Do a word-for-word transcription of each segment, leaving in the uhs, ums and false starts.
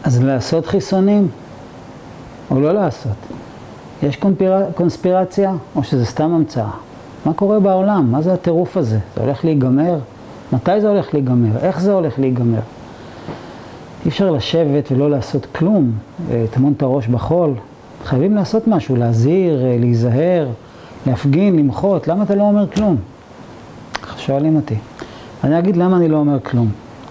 אז לעשות חיסונים או לא לעשות? יש קונספיר... קונספירציה או שזה סתם המצאה? מה קורה בעולם? מה זה הטירוף הזה? זה הולך להיגמר? מתי זה הולך להיגמר? איך זה הולך להיגמר? אי אפשר לשבת ולא לעשות כלום, תמון את הראש בחול. חייבים לעשות משהו, להזהיר, להיזהר, להפגין, למחות. למה אתה לא אומר כלום? שואלים אותי. אני אגיד למה אני לא אומר כלום.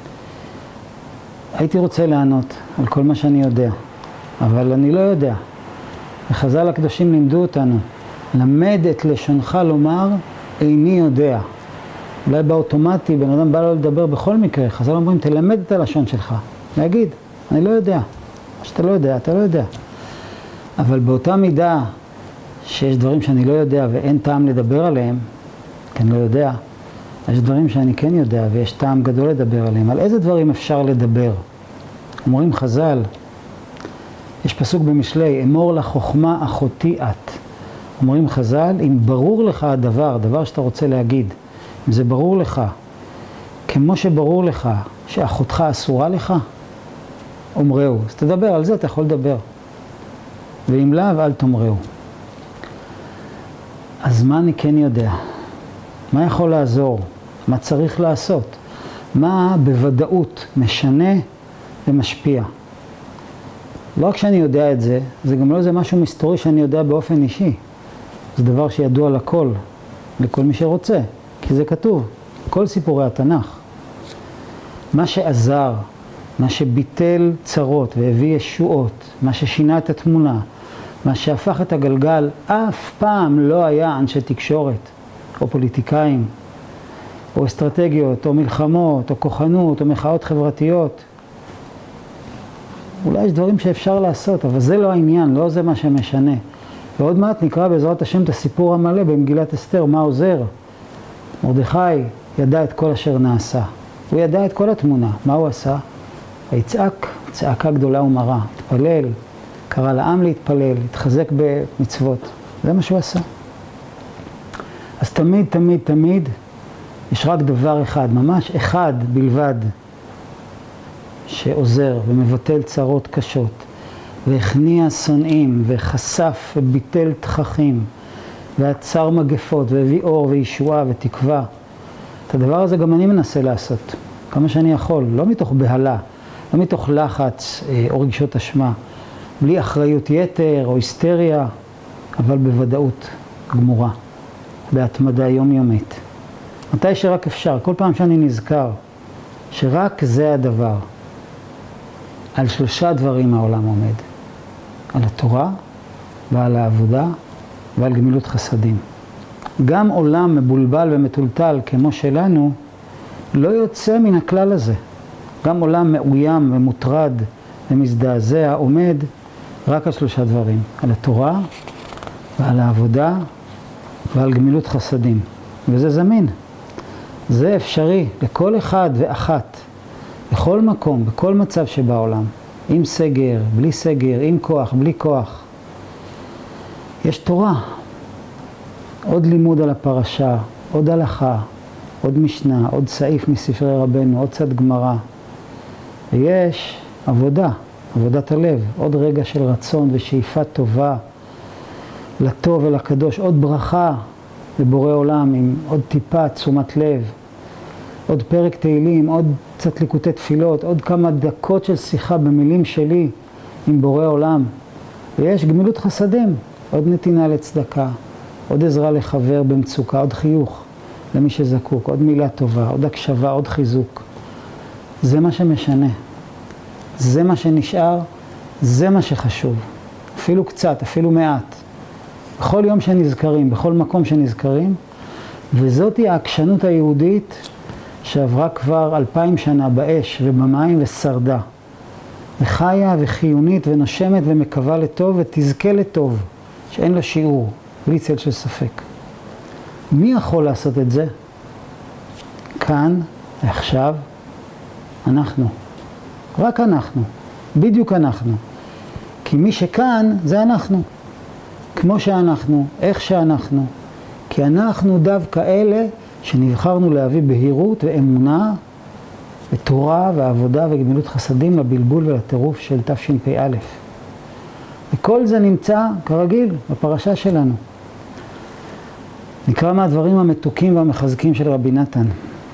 הייתי רוצה לענות על כל מה שאני יודע, אבל אני לא יודע. וחז"ל הקדושים לימדו אותנו, למד את לשונך לומר, איני יודע. אולי באוטומטי, בן אדם בא לו לדבר בכל מקרה. חז"ל אומרים, תלמד את הלשון שלך. להגיד, אני לא יודע. מה שאתה לא יודע, אתה לא יודע. אבל באותה מידה שיש דברים שאני לא יודע ואין טעם לדבר עליהם, כי אני לא יודע, יש דברים שאני כן יודע ויש טעם גדול לדבר עליהם. על איזה דברים אפשר לדבר? אומרים חז"ל, יש פסוק במשלי, אמור לחוכמה אחותי את. אומרים חז"ל, אם ברור לך הדבר, דבר שאתה רוצה להגיד, אם זה ברור לך, כמו שברור לך שאחותך אסורה לך, אומרהו. אז תדבר, על זה אתה יכול לדבר. ואם לאו, אל תאמרהו. אז מה אני כן יודע? מה יכול לעזור? מה צריך לעשות? מה בוודאות משנה ומשפיע? לא רק שאני יודע את זה, זה גם לא איזה משהו מסתורי שאני יודע באופן אישי. זה דבר שידוע לכל, לכל מי שרוצה, כי זה כתוב, כל סיפורי התנ"ך. מה שעזר, מה שביטל צרות והביא ישועות, מה ששינה את התמונה, מה שהפך את הגלגל, אף פעם לא היה אנשי תקשורת, או פוליטיקאים, או אסטרטגיות, או מלחמות, או כוחנות, או מחאות חברתיות. אולי יש דברים שאפשר לעשות, אבל זה לא העניין, לא זה מה שמשנה. ועוד מעט נקרא בעזרת השם את הסיפור המלא במגילת אסתר, מה עוזר. מרדכי ידע את כל אשר נעשה. הוא ידע את כל התמונה. מה הוא עשה? ויצעק צעקה גדולה ומרה, התפלל, קרא לעם להתפלל, התחזק במצוות. זה מה שהוא עשה. אז תמיד, תמיד, תמיד, יש רק דבר אחד, ממש אחד בלבד, שעוזר ומבטל צרות קשות, והכניע שונאים, וחשף וביטל תככים, ועצר מגפות, והביא אור וישועה ותקווה. את הדבר הזה גם אני מנסה לעשות, כמה שאני יכול, לא מתוך בהלה, לא מתוך לחץ או רגשות אשמה, בלי אחריות יתר או היסטריה, אבל בוודאות גמורה, בהתמדה יומיומית. מתי שרק אפשר, כל פעם שאני נזכר שרק זה הדבר, על שלושה דברים העולם עומד, על התורה ועל העבודה ועל גמילות חסדים. גם עולם מבולבל ומטולטל כמו שלנו, לא יוצא מן הכלל הזה. גם עולם מאוים ומוטרד ומזדעזע עומד רק על שלושה דברים, על התורה ועל העבודה ועל גמילות חסדים. וזה זמין. זה אפשרי לכל אחד ואחת, בכל מקום, בכל מצב שבעולם. עם סגר, בלי סגר, עם כוח, בלי כוח. יש תורה. עוד לימוד על הפרשה, עוד הלכה, עוד משנה, עוד סעיף מספרי רבנו, עוד צד גמרא. ויש עבודה, עבודת הלב, עוד רגע של רצון ושאיפה טובה לטוב ולקדוש, עוד ברכה לבורא עולם עם עוד טיפה תשומת לב, עוד פרק תהילים, עוד קצת ליקוטי תפילות, עוד כמה דקות של שיחה במילים שלי עם בורא עולם. ויש גמילות חסדים, עוד נתינה לצדקה, עוד עזרה לחבר במצוקה, עוד חיוך למי שזקוק, עוד מילה טובה, עוד הקשבה, עוד חיזוק. זה מה שמשנה. זה מה שנשאר, זה מה שחשוב. אפילו קצת, אפילו מעט. בכל יום שנזכרים, בכל מקום שנזכרים, וזאת היא העקשנות היהודית שעברה כבר אלפיים שנה באש ובמים ושרדה. וחיה וחיונית ונושמת ומקווה לטוב ותזכה לטוב, שאין לה שיעור, בלי צל של ספק. מי יכול לעשות את זה? כאן, עכשיו, אנחנו. רק אנחנו. בדיוק אנחנו. כי מי שכאן זה אנחנו. כמו שאנחנו, איך שאנחנו. כי אנחנו דווקא אלה שנבחרנו להביא בהירות ואמונה ותורה ועבודה וגמילות חסדים לבלבול ולטירוף של תשפ"א. וכל זה נמצא כרגיל בפרשה שלנו. נקרא מהדברים המתוקים והמחזקים של רבי נתן.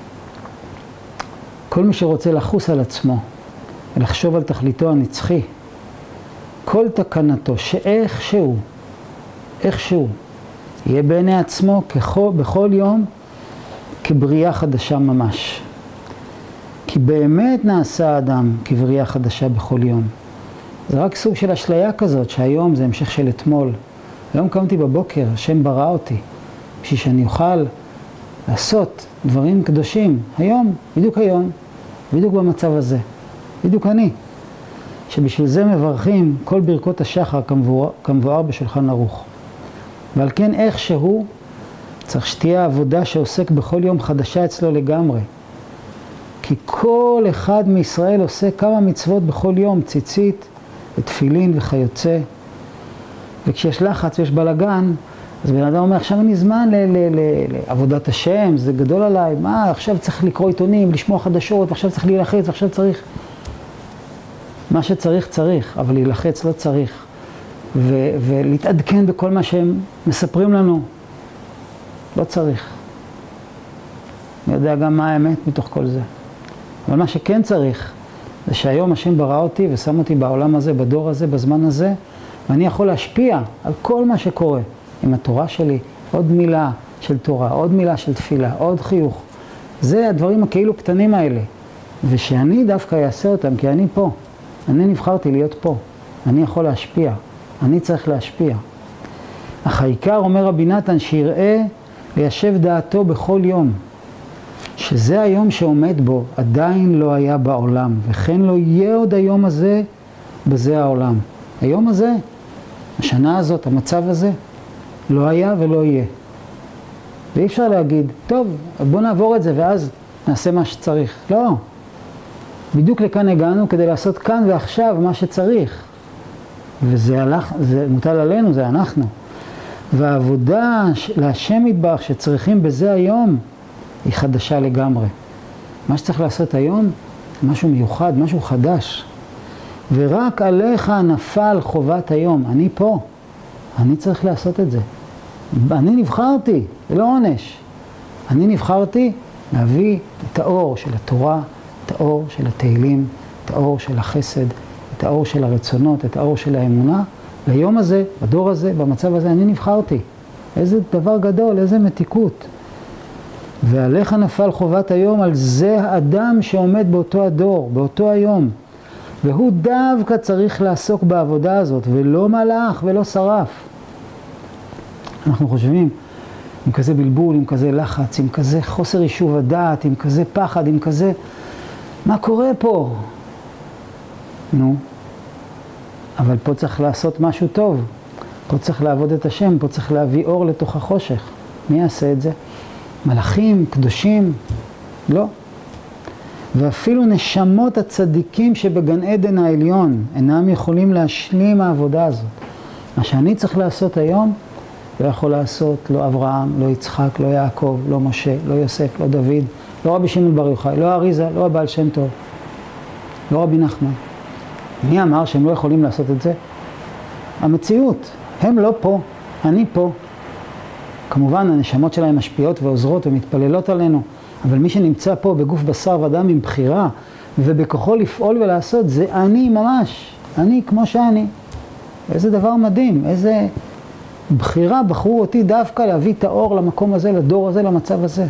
כל מי שרוצה לחוס על עצמו ולחשוב על תכליתו הנצחי, כל תקנתו שאיכשהו, איכשהו, יהיה בעיני עצמו ככל, בכל יום כבריאה חדשה ממש. כי באמת נעשה האדם כבריאה חדשה בכל יום. זה רק סוג של אשליה כזאת, שהיום זה המשך של אתמול. היום קמתי בבוקר, השם ברא אותי, בשביל שאני אוכל לעשות דברים קדושים. היום, בדיוק היום, בדיוק במצב הזה, בדיוק אני. שבשביל זה מברכים כל ברכות השחר כמבואר, כמבואר בשולחן ערוך. ועל כן איכשהו צריך שתהיה עבודה שעוסק בכל יום חדשה אצלו לגמרי. כי כל אחד מישראל עושה כמה מצוות בכל יום, ציצית ותפילין וכיוצא. וכשיש לחץ ויש בלגן, אז בן אדם אומר, עכשיו אני זמן לעבודת השם, זה גדול עליי, מה, עכשיו צריך לקרוא עיתונים, לשמוע חדשות, ועכשיו צריך להילחץ, ועכשיו צריך... מה שצריך צריך, אבל להילחץ לא צריך. ו- ולהתעדכן בכל מה שהם מספרים לנו, לא צריך. אני יודע גם מה האמת מתוך כל זה. אבל מה שכן צריך, זה שהיום השם ברא אותי ושם אותי בעולם הזה, בדור הזה, בזמן הזה, ואני יכול להשפיע על כל מה שקורה עם התורה שלי, עוד מילה של תורה, עוד מילה של תפילה, עוד חיוך. זה הדברים הכאילו קטנים האלה. ושאני דווקא אעשה אותם, כי אני פה. אני נבחרתי להיות פה. אני יכול להשפיע. אני צריך להשפיע. אך העיקר, אומר רבי נתן, שיראה ליישב דעתו בכל יום. שזה היום שעומד בו, עדיין לא היה בעולם, וכן לא יהיה עוד היום הזה בזה העולם. היום הזה, השנה הזאת, המצב הזה, לא היה ולא יהיה. ואי אפשר להגיד, טוב, בוא נעבור את זה ואז נעשה מה שצריך. לא. בדיוק לכאן הגענו כדי לעשות כאן ועכשיו מה שצריך. וזה הלך, זה מוטל עלינו, זה אנחנו. והעבודה להשם יתברך שצריכים בזה היום, היא חדשה לגמרי. מה שצריך לעשות היום, משהו מיוחד, משהו חדש. ורק עליך נפל חובת היום. אני פה. אני צריך לעשות את זה. אני נבחרתי, זה לא עונש. אני נבחרתי להביא את האור של התורה, את האור של התהילים, את האור של החסד, את האור של הרצונות, את האור של האמונה. ליום הזה, בדור הזה, במצב הזה, אני נבחרתי. איזה דבר גדול, איזה מתיקות. ועליך נפל חובת היום על זה האדם שעומד באותו הדור, באותו היום. והוא דווקא צריך לעסוק בעבודה הזאת, ולא מלאך ולא שרף. אנחנו חושבים, עם כזה בלבול, עם כזה לחץ, עם כזה חוסר יישוב הדעת, עם כזה פחד, עם כזה... מה קורה פה? נו, אבל פה צריך לעשות משהו טוב. פה צריך לעבוד את השם, פה צריך להביא אור לתוך החושך. מי יעשה את זה? מלאכים, קדושים? לא. ואפילו נשמות הצדיקים שבגן עדן העליון אינם יכולים להשלים העבודה הזאת. מה שאני צריך לעשות היום, לא יכול לעשות לא אברהם, לא יצחק, לא יעקב, לא משה, לא יוסף, לא דוד, לא רבי שמעון בר יוחאי, לא אריזה, לא הבעל שם טוב, לא רבי נחמן. מי אמר שהם לא יכולים לעשות את זה? המציאות. הם לא פה, אני פה. כמובן, הנשמות שלהם משפיעות ועוזרות ומתפללות עלינו, אבל מי שנמצא פה בגוף בשר ודם עם בחירה, ובכוחו לפעול ולעשות, זה אני ממש. אני כמו שאני. איזה דבר מדהים, איזה בחירה בחרו אותי דווקא להביא את האור למקום הזה, לדור הזה, למצב הזה.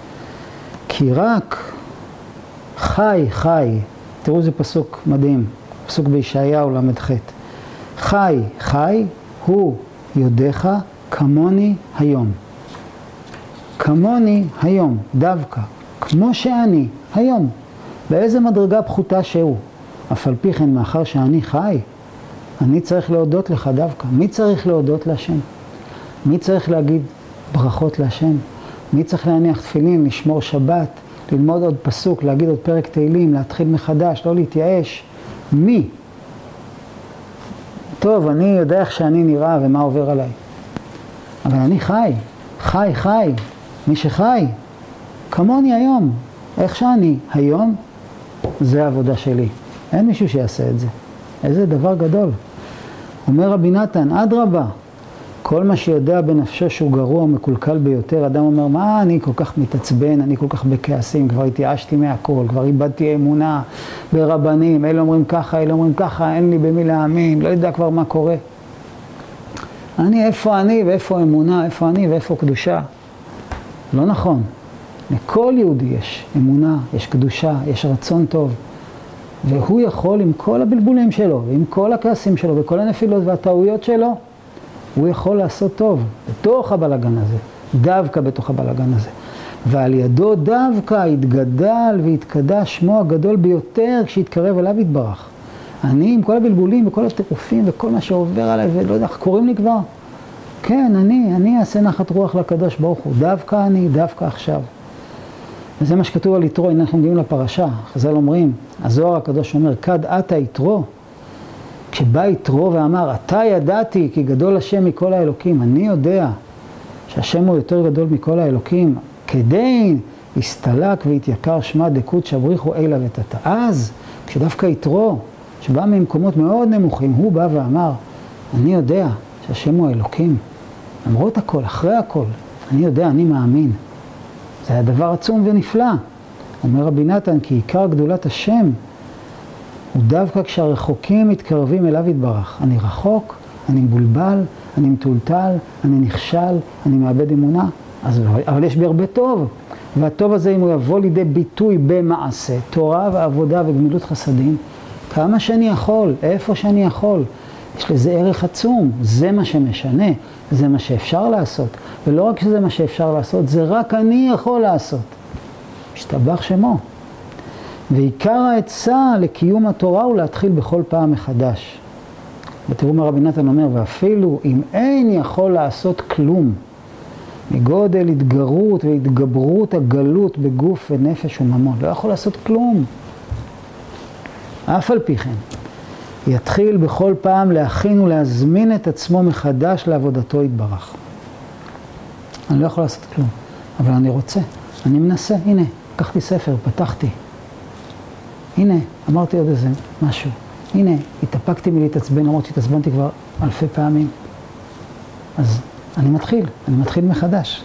כי רק חי, חי, תראו איזה פסוק מדהים, פסוק בישעיהו למד ח'. חי, חי, הוא יודיך כמוני היום. כמוני היום, דווקא, כמו שאני, היום. באיזה מדרגה פחותה שהוא. אף על פי כן, מאחר שאני חי, אני צריך להודות לך דווקא. מי צריך להודות להשם? מי צריך להגיד ברכות להשם? מי צריך להניח תפילין, לשמור שבת, ללמוד עוד פסוק, להגיד עוד פרק תהילים, להתחיל מחדש, לא להתייאש? מי? טוב, אני יודע איך שאני נראה ומה עובר עליי. אבל אני חי, חי, חי. מי שחי, כמוני היום, איך שאני היום, זה העבודה שלי. אין מישהו שיעשה את זה. איזה דבר גדול. אומר רבי נתן, אדרבה, כל מה שיודע בנפשו שהוא גרוע מקולקל ביותר, אדם אומר, מה אני כל כך מתעצבן, אני כל כך בכעסים, כבר התייאשתי מהכל, כבר איבדתי אמונה ברבנים, אלה אומרים ככה, אלה אומרים ככה, אין לי במי להאמין, לא יודע כבר מה קורה. אני, איפה אני ואיפה אמונה, איפה אני ואיפה קדושה? לא נכון. לכל יהודי יש אמונה, יש קדושה, יש רצון טוב. והוא יכול עם כל הבלבולים שלו, ועם כל הכעסים שלו, וכל הנפילות והטעויות שלו, הוא יכול לעשות טוב בתוך הבלגן הזה, דווקא בתוך הבלגן הזה. ועל ידו דווקא התגדל והתקדש שמו הגדול ביותר כשהתקרב אליו יתברך. אני עם כל הבלבולים וכל הטירופים וכל מה שעובר עליי ולא יודע איך קוראים לי כבר. כן, אני, אני אעשה נחת רוח לקדוש ברוך הוא, דווקא אני, דווקא עכשיו. וזה מה שכתוב על יתרו, הנה אנחנו מגיעים לפרשה, חז"ל אומרים, הזוהר הקדוש אומר, כד אתה יתרו, כשבא יתרו ואמר, אתה ידעתי כי גדול השם מכל האלוקים, אני יודע שהשם הוא יותר גדול מכל האלוקים, כדי הסתלק והתייקר שמה דקות שבריחו אלה ותתה. אז, כשדווקא יתרו, שבא ממקומות מאוד נמוכים, הוא בא ואמר, אני יודע שהשם הוא האלוקים, למרות הכל, אחרי הכל, אני יודע, אני מאמין. זה היה דבר עצום ונפלא. אומר רבי נתן, כי עיקר גדולת השם הוא דווקא כשהרחוקים מתקרבים אליו יתברך. אני רחוק, אני מבולבל, אני מטולטל, אני נכשל, אני מאבד אמונה. אז, אבל יש בי הרבה טוב. והטוב הזה, אם הוא יבוא לידי ביטוי במעשה, תורה ועבודה וגמילות חסדים, כמה שאני יכול, איפה שאני יכול, יש לזה ערך עצום. זה מה שמשנה, זה מה שאפשר לעשות. ולא רק שזה מה שאפשר לעשות, זה רק אני יכול לעשות. משתבח שמו. ועיקר העצה לקיום התורה הוא להתחיל בכל פעם מחדש. ותראו מה רבי נתן אומר, ואפילו אם אין יכול לעשות כלום, מגודל התגרות והתגברות הגלות בגוף ונפש וממון, לא יכול לעשות כלום. אף על פי כן, יתחיל בכל פעם להכין ולהזמין את עצמו מחדש לעבודתו יתברך. אני לא יכול לעשות כלום, אבל אני רוצה, אני מנסה, הנה, לקחתי ספר, פתחתי. הנה, אמרתי עוד איזה משהו. הנה, התאפקתי מלהתעצבן, למרות שהתעצבנתי כבר אלפי פעמים. אז אני מתחיל, אני מתחיל מחדש.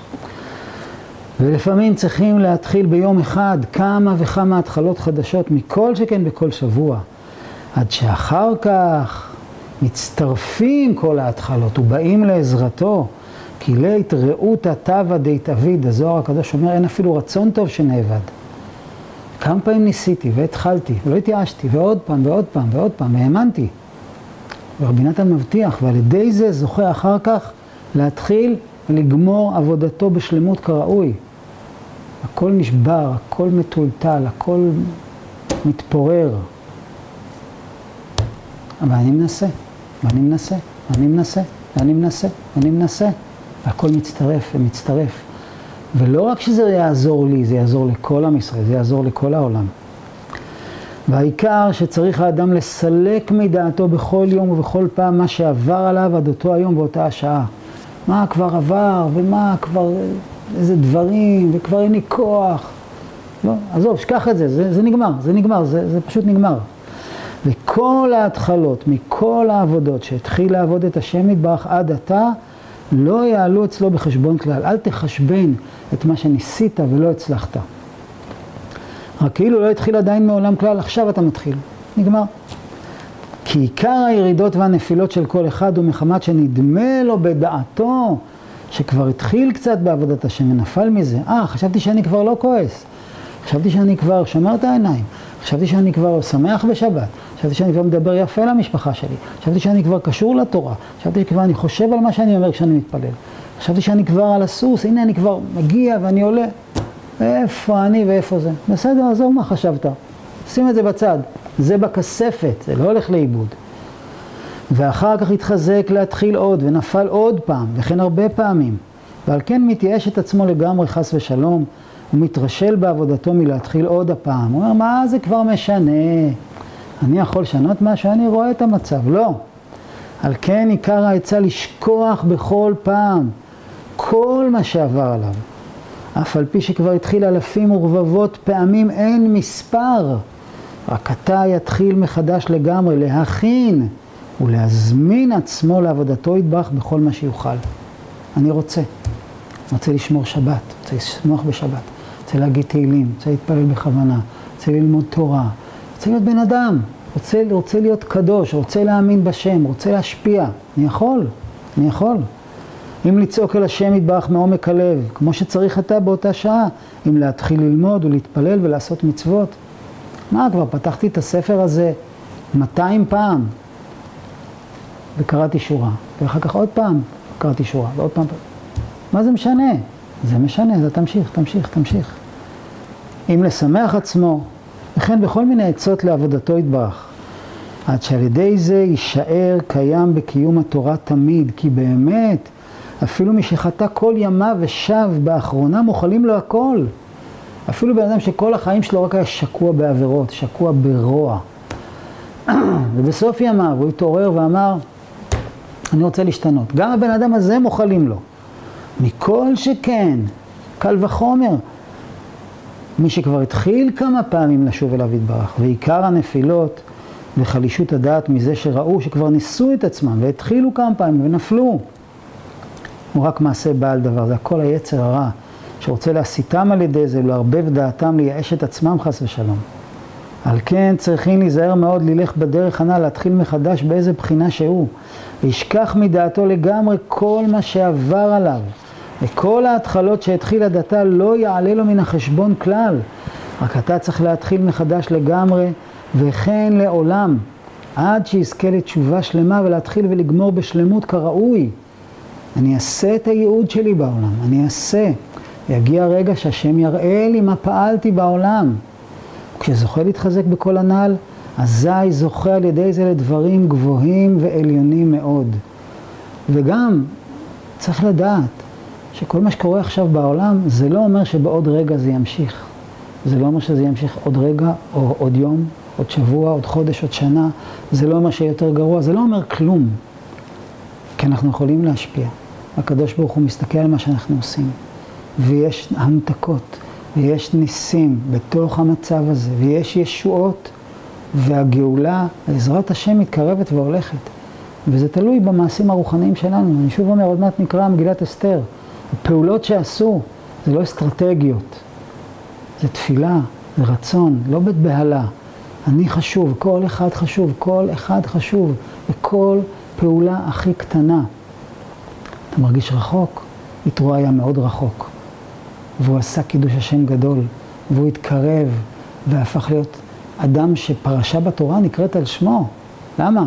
ולפעמים צריכים להתחיל ביום אחד כמה וכמה התחלות חדשות, מכל שכן בכל שבוע. עד שאחר כך מצטרפים כל ההתחלות ובאים לעזרתו, כי לית ראות הטבע דית אביד, הזוהר הקדוש אומר, אין אפילו רצון טוב שנאבד. כמה פעמים ניסיתי והתחלתי, ולא התייאשתי, ועוד פעם ועוד פעם ועוד פעם, והאמנתי. ורבי נתן מבטיח, ועל ידי זה זוכה אחר כך להתחיל ולגמור עבודתו בשלמות כראוי. הכל נשבר, הכל מטולטל, הכל מתפורר. אבל אני מנסה, ואני מנסה, ואני מנסה, ואני מנסה, ואני מנסה. והכל מצטרף ומצטרף. ולא רק שזה יעזור לי, זה יעזור לכל עם ישראל, זה יעזור לכל העולם. והעיקר שצריך האדם לסלק מדעתו בכל יום ובכל פעם מה שעבר עליו עד אותו היום ואותה השעה. מה כבר עבר ומה כבר, איזה דברים, וכבר אין לי כוח. לא, עזוב, שכח את זה, זה, זה נגמר, זה נגמר, זה, זה פשוט נגמר. וכל ההתחלות, מכל העבודות שהתחיל לעבוד את השם יתברך עד עתה, לא יעלו אצלו בחשבון כלל. אל תחשבן את מה שניסית ולא הצלחת. רק כאילו לא התחיל עדיין מעולם כלל, עכשיו אתה מתחיל. נגמר. כי עיקר הירידות והנפילות של כל אחד הוא מחמת שנדמה לו בדעתו שכבר התחיל קצת בעבודת השם ונפל מזה. אה, חשבתי שאני כבר לא כועס. חשבתי שאני כבר שומר את העיניים. חשבתי שאני כבר שמח בשבת. חשבתי שאני כבר מדבר יפה למשפחה שלי. חשבתי שאני כבר קשור לתורה. חשבתי שכבר אני חושב על מה שאני אומר כשאני מתפלל. חשבתי שאני כבר על הסוס. הנה אני כבר מגיע ואני עולה. איפה אני ואיפה זה? בסדר, עזוב מה חשבת. שים את זה בצד. זה בכספת, זה לא הולך לאיבוד. ואחר כך התחזק להתחיל עוד ונפל עוד פעם, וכן הרבה פעמים. ועל כן מתייאש את עצמו לגמרי חס ושלום, ומתרשל בעבודתו מלהתחיל עוד הפעם. הוא אומר, מה זה כבר משנה? אני יכול לשנות משהו, אני רואה את המצב. לא. על כן עיקר העצה לשכוח בכל פעם, כל מה שעבר עליו. אף על פי שכבר התחיל אלפים ורבבות פעמים אין מספר, רק אתה יתחיל מחדש לגמרי להכין ולהזמין עצמו לעבודתו יתברך בכל מה שיוכל. אני רוצה. רוצה לשמור שבת, רוצה לשמוח בשבת, רוצה להגיד תהילים, רוצה להתפלל בכוונה, רוצה ללמוד תורה, רוצה להיות בן אדם, רוצה, רוצה להיות קדוש, רוצה להאמין בשם, רוצה להשפיע. אני יכול, אני יכול. אם לצעוק אל השם יתברך מעומק הלב, כמו שצריך אתה באותה שעה, אם להתחיל ללמוד ולהתפלל ולעשות מצוות. מה, כבר פתחתי את הספר הזה מאתיים פעם, וקראתי שורה, ואחר כך עוד פעם קראתי שורה, ועוד פעם. מה זה משנה? זה משנה, זה תמשיך, תמשיך, תמשיך. אם לשמח עצמו, וכן בכל מיני עצות לעבודתו יתברך, עד שעל ידי זה יישאר קיים בקיום התורה תמיד, כי באמת, אפילו מי שחטא כל ימיו ושב באחרונה מוכלים לו הכל. אפילו בן אדם שכל החיים שלו רק היה שקוע בעבירות, שקוע ברוע. ובסוף ימיו הוא התעורר ואמר, אני רוצה להשתנות. גם הבן אדם הזה מוכלים לו. מכל שכן, קל וחומר. מי שכבר התחיל כמה פעמים לשוב אליו יתברך, ועיקר הנפילות וחלישות הדעת מזה שראו שכבר ניסו את עצמם והתחילו כמה פעמים ונפלו. הוא רק מעשה בעל דבר, זה הכל היצר הרע, שרוצה להסיתם על ידי זה ולהרבב דעתם לייאש את עצמם חס ושלום. על כן צריכים להיזהר מאוד ללך בדרך הנ"ל, להתחיל מחדש באיזה בחינה שהוא, וישכח מדעתו לגמרי כל מה שעבר עליו, וכל ההתחלות שהתחיל הדתה לא יעלה לו מן החשבון כלל. רק אתה צריך להתחיל מחדש לגמרי, וכן לעולם, עד שיזכה לתשובה שלמה ולהתחיל ולגמור בשלמות כראוי. אני אעשה את הייעוד שלי בעולם, אני אעשה. יגיע רגע שהשם יראה לי מה פעלתי בעולם. כשזוכה להתחזק בכל הנ"ל, אזי זוכה על ידי זה לדברים גבוהים ועליונים מאוד. וגם צריך לדעת שכל מה שקורה עכשיו בעולם, זה לא אומר שבעוד רגע זה ימשיך. זה לא אומר שזה ימשיך עוד רגע, או עוד יום, עוד שבוע, עוד חודש, עוד שנה. זה לא אומר שיותר גרוע, זה לא אומר כלום. כי אנחנו יכולים להשפיע. הקדוש ברוך הוא מסתכל על מה שאנחנו עושים. ויש המתקות, ויש ניסים בתוך המצב הזה, ויש ישועות, והגאולה, בעזרת השם מתקרבת והולכת. וזה תלוי במעשים הרוחניים שלנו. אני שוב אומר, עוד מעט נקרא מגילת אסתר. הפעולות שעשו, זה לא אסטרטגיות. זה תפילה, זה רצון, לא בהלה. אני חשוב, כל אחד חשוב, כל אחד חשוב, וכל פעולה הכי קטנה. אתה מרגיש רחוק? יתרו היה מאוד רחוק. והוא עשה קידוש השם גדול, והוא התקרב, והפך להיות אדם שפרשה בתורה נקראת על שמו. למה?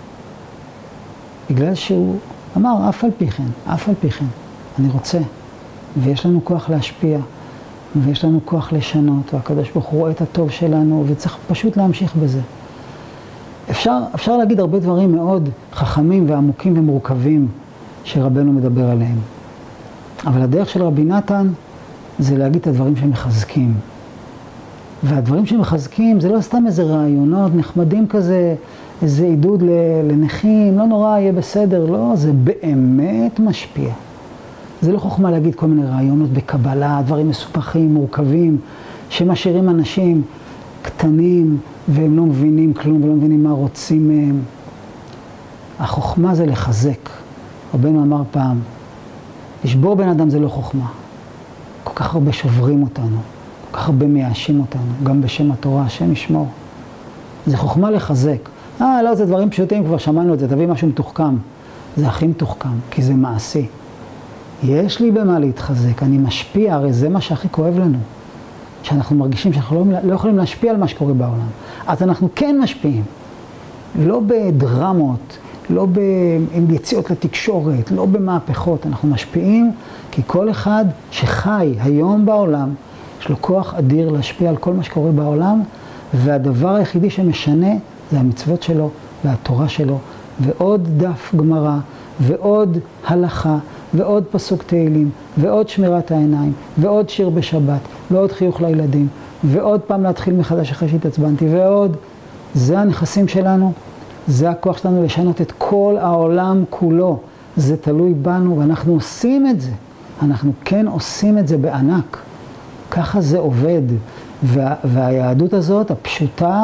בגלל שהוא אמר, אף על פי כן, אף על פי כן, אני רוצה. ויש לנו כוח להשפיע, ויש לנו כוח לשנות, והקדוש ברוך הוא רואה את הטוב שלנו, וצריך פשוט להמשיך בזה. אפשר, אפשר להגיד הרבה דברים מאוד חכמים ועמוקים ומורכבים שרבנו מדבר עליהם. אבל הדרך של רבי נתן זה להגיד את הדברים שמחזקים. והדברים שמחזקים זה לא סתם איזה רעיונות נחמדים כזה, איזה עידוד לנכים, לא נורא, יהיה בסדר, לא, זה באמת משפיע. זה לא חוכמה להגיד כל מיני רעיונות בקבלה, דברים מסופחים, מורכבים, שמשאירים אנשים קטנים והם לא מבינים כלום ולא מבינים מה רוצים מהם. החוכמה זה לחזק. רבנו אמר פעם, לשבור בן אדם זה לא חוכמה. כל כך הרבה שוברים אותנו, כל כך הרבה מייאשים אותנו, גם בשם התורה, השם ישמור. זה חוכמה לחזק. אה, לא, זה דברים פשוטים, כבר שמענו את זה, תביא משהו מתוחכם. זה הכי מתוחכם, כי זה מעשי. יש לי במה להתחזק, אני משפיע, הרי זה מה שהכי כואב לנו. שאנחנו מרגישים שאנחנו לא, לא יכולים להשפיע על מה שקורה בעולם. אז אנחנו כן משפיעים. לא בדרמות, לא ביציאות לתקשורת, לא במהפכות. אנחנו משפיעים כי כל אחד שחי היום בעולם, יש לו כוח אדיר להשפיע על כל מה שקורה בעולם, והדבר היחידי שמשנה זה המצוות שלו והתורה שלו, ועוד דף גמרא, ועוד הלכה, ועוד פסוק תהילים, ועוד שמירת העיניים, ועוד שיר בשבת, ועוד חיוך לילדים, ועוד פעם להתחיל מחדש אחרי שהתעצבנתי, ועוד. זה הנכסים שלנו, זה הכוח שלנו לשנות את כל העולם כולו. זה תלוי בנו, ואנחנו עושים את זה. אנחנו כן עושים את זה בענק. ככה זה עובד. וה, והיהדות הזאת, הפשוטה,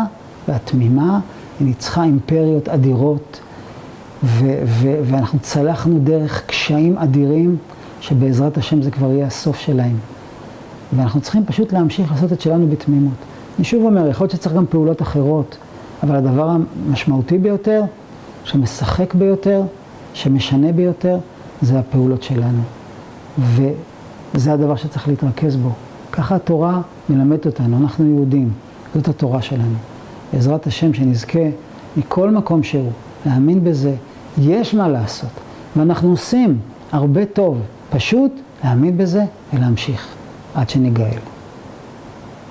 והתמימה, היא ניצחה אימפריות אדירות, ו- ו- ואנחנו צלחנו דרך קשיים אדירים, שבעזרת השם זה כבר יהיה הסוף שלהם. ואנחנו צריכים פשוט להמשיך לעשות את שלנו בתמימות. אני שוב אומר, יכול להיות שצריך גם פעולות אחרות, אבל הדבר המשמעותי ביותר, שמשחק ביותר, שמשנה ביותר, זה הפעולות שלנו. וזה הדבר שצריך להתרכז בו. ככה התורה מלמדת אותנו, אנחנו יהודים, זאת התורה שלנו. בעזרת השם שנזכה מכל מקום שהוא, להאמין בזה, יש מה לעשות. ואנחנו עושים הרבה טוב, פשוט להאמין בזה ולהמשיך עד שניגאל.